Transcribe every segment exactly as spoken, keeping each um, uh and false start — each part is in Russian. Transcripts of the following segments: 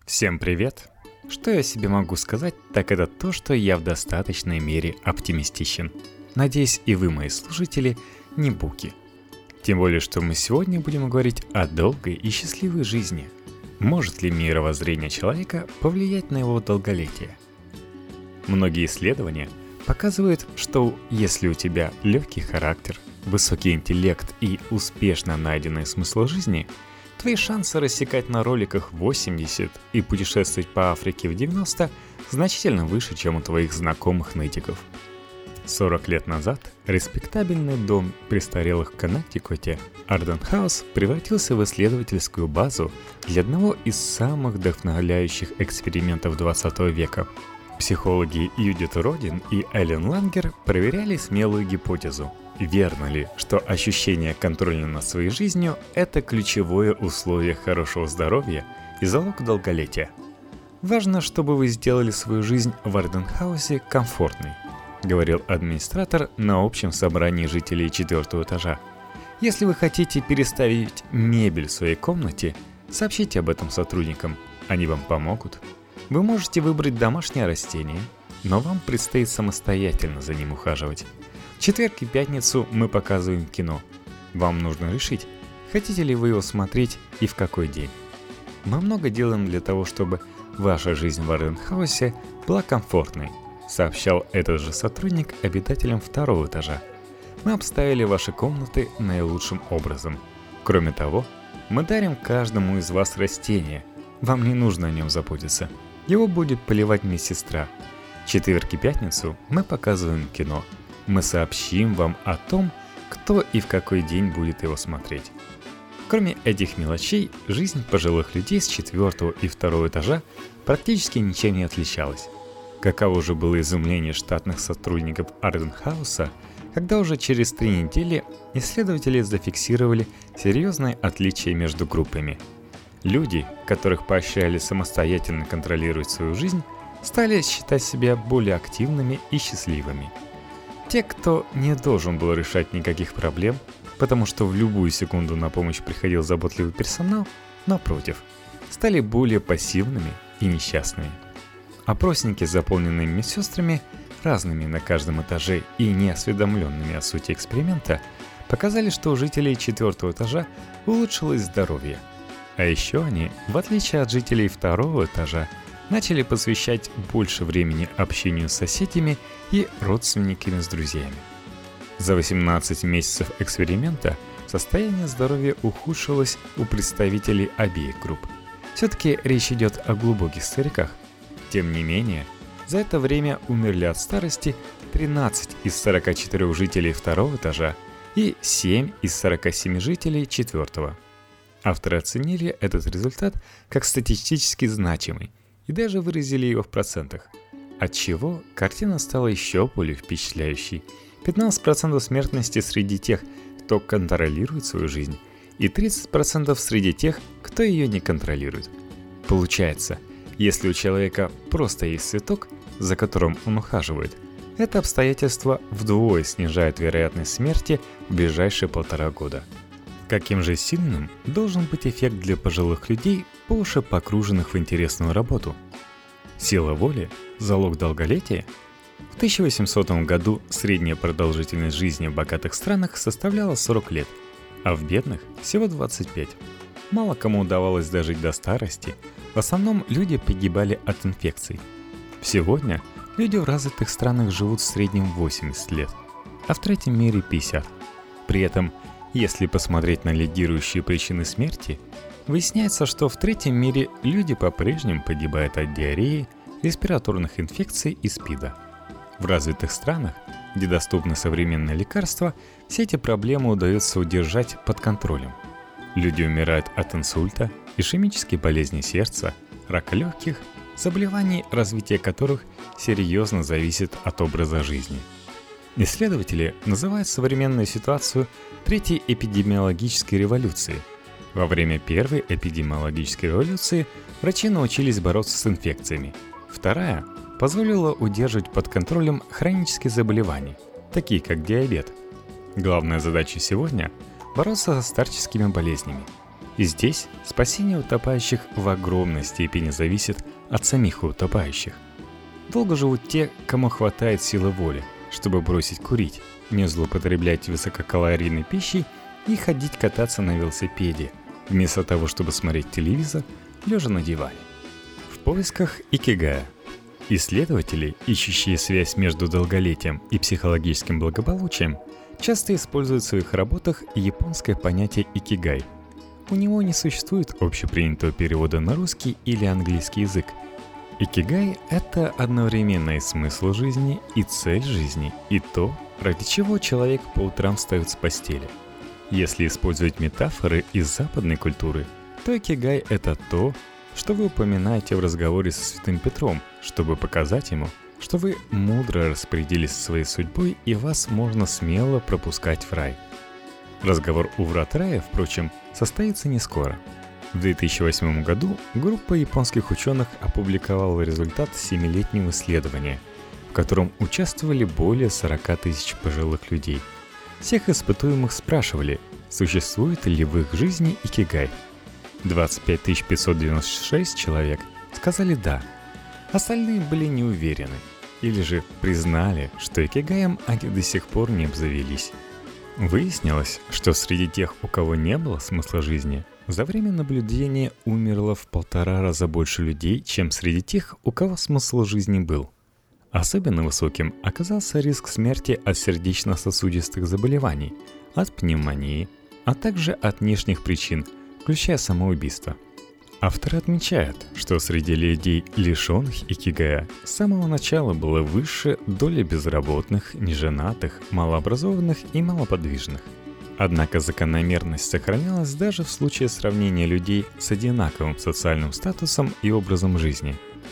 Всем привет! Что я себе могу сказать, так это то, что я в достаточной мере оптимистичен. Надеюсь, и вы, мои слушатели, не буки. Тем более, что мы сегодня будем говорить о долгой и счастливой жизни. Может ли мировоззрение человека повлиять на его долголетие? Многие исследования показывают, что если у тебя легкий характер, высокий интеллект и успешно найденный смысл жизни, твои шансы рассекать на роликах восемьдесят и путешествовать по Африке в девяносто значительно выше, чем у твоих знакомых нытиков. сорок лет назад респектабельный дом престарелых в Коннектикуте Арден Хаус превратился в исследовательскую базу для одного из самых вдохновляющих экспериментов двадцатого века. Психологи Юдит Родин и Эллен Лангер проверяли смелую гипотезу. Верно ли, что ощущение контроля над своей жизнью – это ключевое условие хорошего здоровья и залог долголетия? Важно, чтобы вы сделали свою жизнь в Арденхаусе комфортной, говорил администратор на общем собрании жителей четвертого этажа. Если вы хотите переставить мебель в своей комнате, сообщите об этом сотрудникам, они вам помогут. Вы можете выбрать домашнее растение, но вам предстоит самостоятельно за ним ухаживать. В четверг и пятницу мы показываем кино. Вам нужно решить, хотите ли вы его смотреть и в какой день. Мы много делаем для того, чтобы ваша жизнь в Арденхаусе была комфортной, сообщал этот же сотрудник обитателям второго этажа. Мы обставили ваши комнаты наилучшим образом. Кроме того, мы дарим каждому из вас растение. Вам не нужно о нем заботиться. Его будет поливать медсестра. В четверг и пятницу мы показываем кино. Мы сообщим вам о том, кто и в какой день будет его смотреть. Кроме этих мелочей, жизнь пожилых людей с четвертого и второго этажа практически ничем не отличалась. Каково же было изумление штатных сотрудников Арденхауса, когда уже через три недели исследователи зафиксировали серьезное отличие между группами. Люди, которых поощряли самостоятельно контролировать свою жизнь, стали считать себя более активными и счастливыми. Те, кто не должен был решать никаких проблем, потому что в любую секунду на помощь приходил заботливый персонал, напротив, стали более пассивными и несчастными. Опросники, заполненные медсестрами, разными на каждом этаже и неосведомленными о сути эксперимента, показали, что у жителей четвертого этажа улучшилось здоровье. А еще они, в отличие от жителей второго этажа, начали посвящать больше времени общению с соседями и родственниками с друзьями. За восемнадцать месяцев эксперимента состояние здоровья ухудшилось у представителей обеих групп. Все-таки речь идет о глубоких стариках. Тем не менее, за это время умерли от старости тринадцать из сорока четырёх жителей второго этажа и семь из сорока семи жителей четвертого. Авторы оценили этот результат как статистически значимый и даже выразили его в процентах, отчего картина стала еще более впечатляющей. пятнадцать процентов смертности среди тех, кто контролирует свою жизнь, и тридцать процентов среди тех, кто ее не контролирует. Получается, если у человека просто есть цветок, за которым он ухаживает, это обстоятельство вдвое снижает вероятность смерти в ближайшие полтора года. Каким же сильным должен быть эффект для пожилых людей, по уши погруженных в интересную работу? Сила воли – залог долголетия? В тысяча восьмисотом году средняя продолжительность жизни в богатых странах составляла сорок лет, а в бедных – всего двадцать пять. Мало кому удавалось дожить до старости, в основном люди погибали от инфекций. Сегодня люди в развитых странах живут в среднем восемьдесят лет, а в третьем мире пятьдесят. При этом, если посмотреть на лидирующие причины смерти, выясняется, что в третьем мире люди по-прежнему погибают от диареи, респираторных инфекций и СПИДа. В развитых странах, где доступны современные лекарства, все эти проблемы удается удержать под контролем. Люди умирают от инсульта, ишемической болезни сердца, рака легких, заболеваний, развитие которых серьезно зависит от образа жизни. Исследователи называют современную ситуацию третьей эпидемиологической революцией. Во время первой эпидемиологической революции врачи научились бороться с инфекциями. Вторая позволила удерживать под контролем хронические заболевания, такие как диабет. Главная задача сегодня – бороться со старческими болезнями. И здесь спасение утопающих в огромной степени зависит от самих утопающих. Долго живут те, кому хватает силы воли, чтобы бросить курить, не злоупотреблять высококалорийной пищей и ходить кататься на велосипеде, вместо того, чтобы смотреть телевизор, лежа на диване. В поисках икигая. Исследователи, ищущие связь между долголетием и психологическим благополучием, часто используют в своих работах японское понятие икигай. У него не существует общепринятого перевода на русский или английский язык. Икигай – это одновременно и смысл жизни, и цель жизни, и то, ради чего человек по утрам встает с постели. Если использовать метафоры из западной культуры, то икигай – это то, что вы упоминаете в разговоре со Святым Петром, чтобы показать ему, что вы мудро распорядились своей судьбой и вас можно смело пропускать в рай. Разговор у врат рая, впрочем, состоится не скоро. В две тысячи восьмом году группа японских ученых опубликовала результат семилетнего исследования, в котором участвовали более сорок тысяч пожилых людей. Всех испытуемых спрашивали, существует ли в их жизни икигай. двадцать пять тысяч пятьсот девяносто шесть человек сказали «да». Остальные были не уверены или же признали, что икигаем они до сих пор не обзавелись. Выяснилось, что среди тех, у кого не было смысла жизни, за время наблюдения умерло в полтора раза больше людей, чем среди тех, у кого смысл жизни был. Особенно высоким оказался риск смерти от сердечно-сосудистых заболеваний, от пневмонии, а также от внешних причин, включая самоубийство. Авторы отмечают, что среди людей, лишенных икигая, с самого начала было выше доля безработных, неженатых, малообразованных и малоподвижных. Однако закономерность сохранялась даже в случае сравнения людей с одинаковым социальным статусом и образом жизни.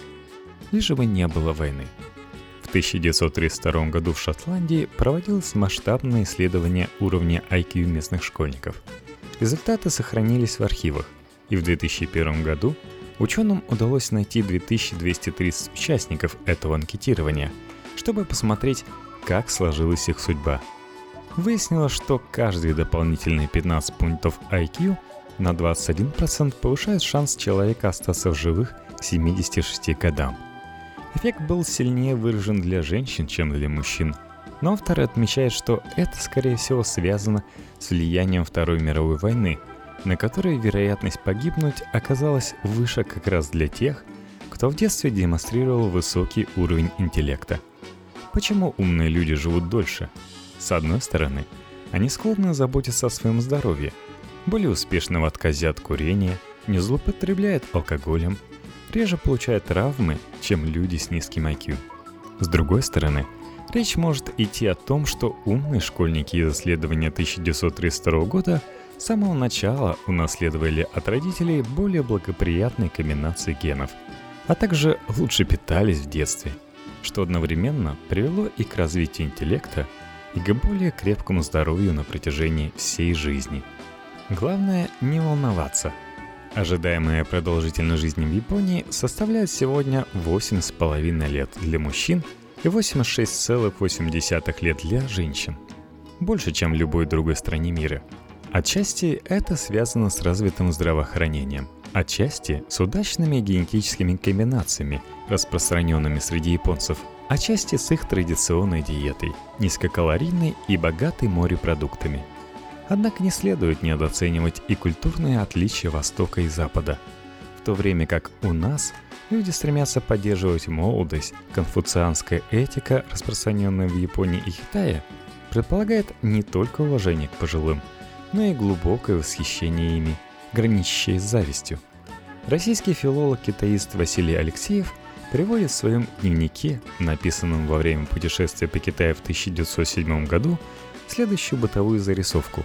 Лишь бы не было войны. В тысяча девятьсот тридцать втором году в Шотландии проводилось масштабное исследование уровня ай кью местных школьников. Результаты сохранились в архивах, и в две тысячи первом году ученым удалось найти две тысячи двести тридцать участников этого анкетирования, чтобы посмотреть, как сложилась их судьба. Выяснилось, что каждые дополнительные пятнадцать пунктов ай кью на двадцать один процент повышают шанс человека остаться в живых к семидесяти шести годам. Эффект был сильнее выражен для женщин, чем для мужчин, но авторы отмечают, что это, скорее всего, связано с влиянием Второй мировой войны, на которой вероятность погибнуть оказалась выше как раз для тех, кто в детстве демонстрировал высокий уровень интеллекта. Почему умные люди живут дольше? С одной стороны, они склонны заботиться о своем здоровье, более успешны в отказе от курения, не злоупотребляют алкоголем, реже получают травмы, чем люди с низким ай кью. С другой стороны, речь может идти о том, что умные школьники из исследования тысяча девятьсот тридцать второго года с самого начала унаследовали от родителей более благоприятные комбинации генов, а также лучше питались в детстве, что одновременно привело и к развитию интеллекта, и к более крепкому здоровью на протяжении всей жизни. Главное не волноваться. Ожидаемая продолжительность жизни в Японии составляет сегодня восемь с половиной лет для мужчин и восемьдесят шесть целых восемь десятых лет для женщин. Больше, чем в любой другой стране мира. Отчасти это связано с развитым здравоохранением, отчасти с удачными генетическими комбинациями, распространенными среди японцев, отчасти с их традиционной диетой, низкокалорийной и богатой морепродуктами. Однако не следует недооценивать и культурные отличия Востока и Запада. В то время как у нас люди стремятся поддерживать молодость, конфуцианская этика, распространенная в Японии и Китае, предполагает не только уважение к пожилым, но и глубокое восхищение ими, граничащее с завистью. Российский филолог-китаист Василий Алексеев приводит в своем дневнике, написанном во время путешествия по Китаю в тысяча девятьсот седьмом году, следующую бытовую зарисовку.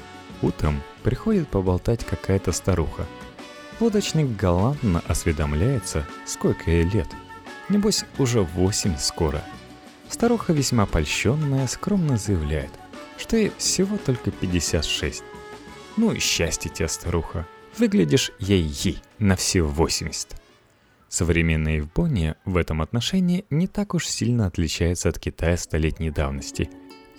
Утром приходит поболтать какая-то старуха. Лодочник галантно осведомляется, сколько ей лет. Небось, уже восемь скоро. Старуха, весьма польщенная, скромно заявляет, что ей всего только пятьдесят шесть. Ну и счастье тебе, старуха. Выглядишь ей-ей на все восемьдесят. Современная Япония в этом отношении не так уж сильно отличается от Китая столетней давности.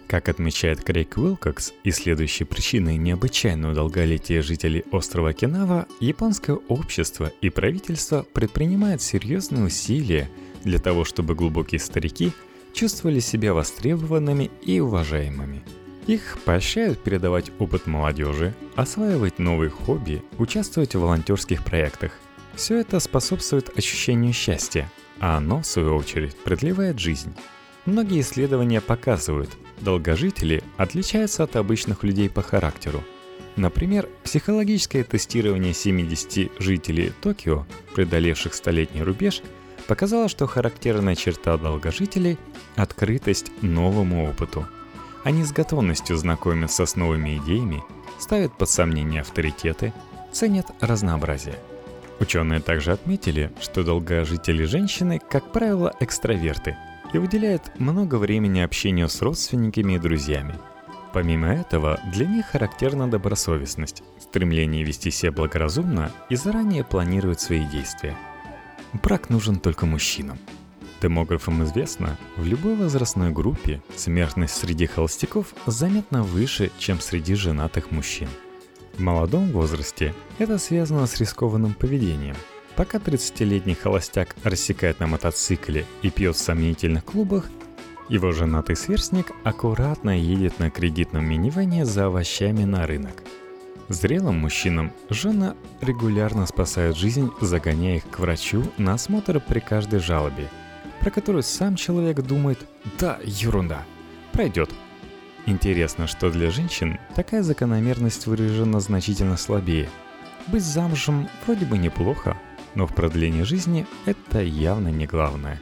Как отмечает Крейг Уилкокс, исследующий причины необычайного долголетия жителей острова Окинава, японское общество и правительство предпринимают серьезные усилия для того, чтобы глубокие старики чувствовали себя востребованными и уважаемыми. Их поощряют передавать опыт молодежи, осваивать новые хобби, участвовать в волонтерских проектах. Все это способствует ощущению счастья, а оно, в свою очередь, продлевает жизнь. Многие исследования показывают, долгожители отличаются от обычных людей по характеру. Например, психологическое тестирование семидесяти жителей Токио, преодолевших столетний рубеж, показало, что характерная черта долгожителей – открытость новому опыту. Они с готовностью знакомятся с новыми идеями, ставят под сомнение авторитеты, ценят разнообразие. Ученые также отметили, что долгожители женщины, как правило, экстраверты и уделяют много времени общению с родственниками и друзьями. Помимо этого, для них характерна добросовестность, стремление вести себя благоразумно и заранее планировать свои действия. Брак нужен только мужчинам. Демографам известно, в любой возрастной группе смертность среди холостяков заметно выше, чем среди женатых мужчин. В молодом возрасте это связано с рискованным поведением. Пока тридцатилетний холостяк рассекает на мотоцикле и пьет в сомнительных клубах, его женатый сверстник аккуратно едет на кредитном минивэне за овощами на рынок. Зрелым мужчинам жены регулярно спасают жизнь, загоняя их к врачу на осмотр при каждой жалобе, про которую сам человек думает «да, ерунда, пройдет». Интересно, что для женщин такая закономерность выражена значительно слабее. Быть замужем вроде бы неплохо, но в продлении жизни это явно не главное.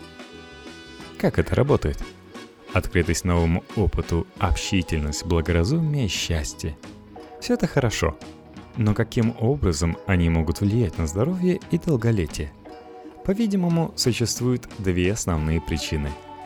Как это работает? Открытость новому опыту, общительность, благоразумие, счастье. Все это хорошо, но каким образом они могут влиять на здоровье и долголетие? По-видимому, существуют две основные причины.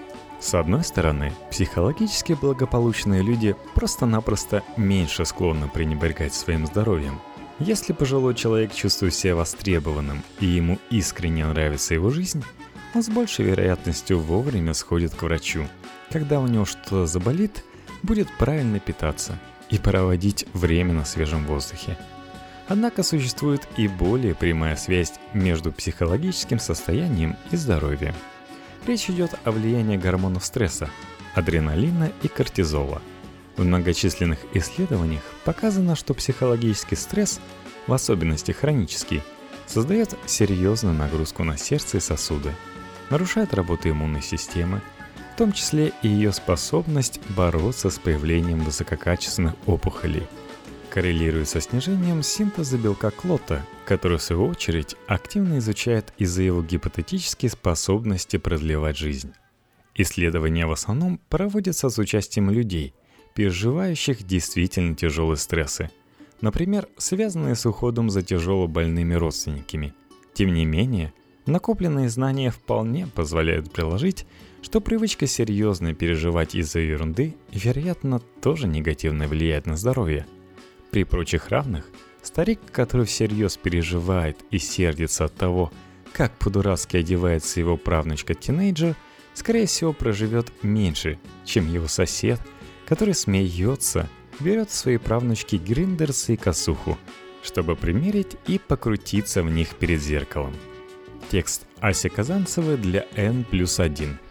С одной стороны, психологически благополучные люди просто-напросто меньше склонны пренебрегать своим здоровьем. Если пожилой человек чувствует себя востребованным и ему искренне нравится его жизнь, он с большей вероятностью вовремя сходит к врачу. Когда у него что-то заболит, будет правильно питаться и проводить время на свежем воздухе. Однако существует и более прямая связь между психологическим состоянием и здоровьем. Речь идет о влиянии гормонов стресса, адреналина и кортизола. В многочисленных исследованиях показано, что психологический стресс, в особенности хронический, создает серьезную нагрузку на сердце и сосуды, нарушает работу иммунной системы, в том числе и ее способность бороться с появлением высококачественных опухолей. Коррелирует со снижением синтеза белка клота, который в свою очередь активно изучает из-за его гипотетической способности продлевать жизнь. Исследования в основном проводятся с участием людей, переживающих действительно тяжелые стрессы, например, связанные с уходом за тяжело больными родственниками. Тем не менее, накопленные знания вполне позволяют приложить, что привычка серьезно переживать из-за ерунды, вероятно, тоже негативно влияет на здоровье. При прочих равных, старик, который всерьез переживает и сердится от того, как по-дурацки одевается его правнучка-тинейджер, скорее всего проживет меньше, чем его сосед, который смеется, берет свои правнучки гриндерсы и косуху, чтобы примерить и покрутиться в них перед зеркалом. Текст Аси Казанцевой для эн плюс один.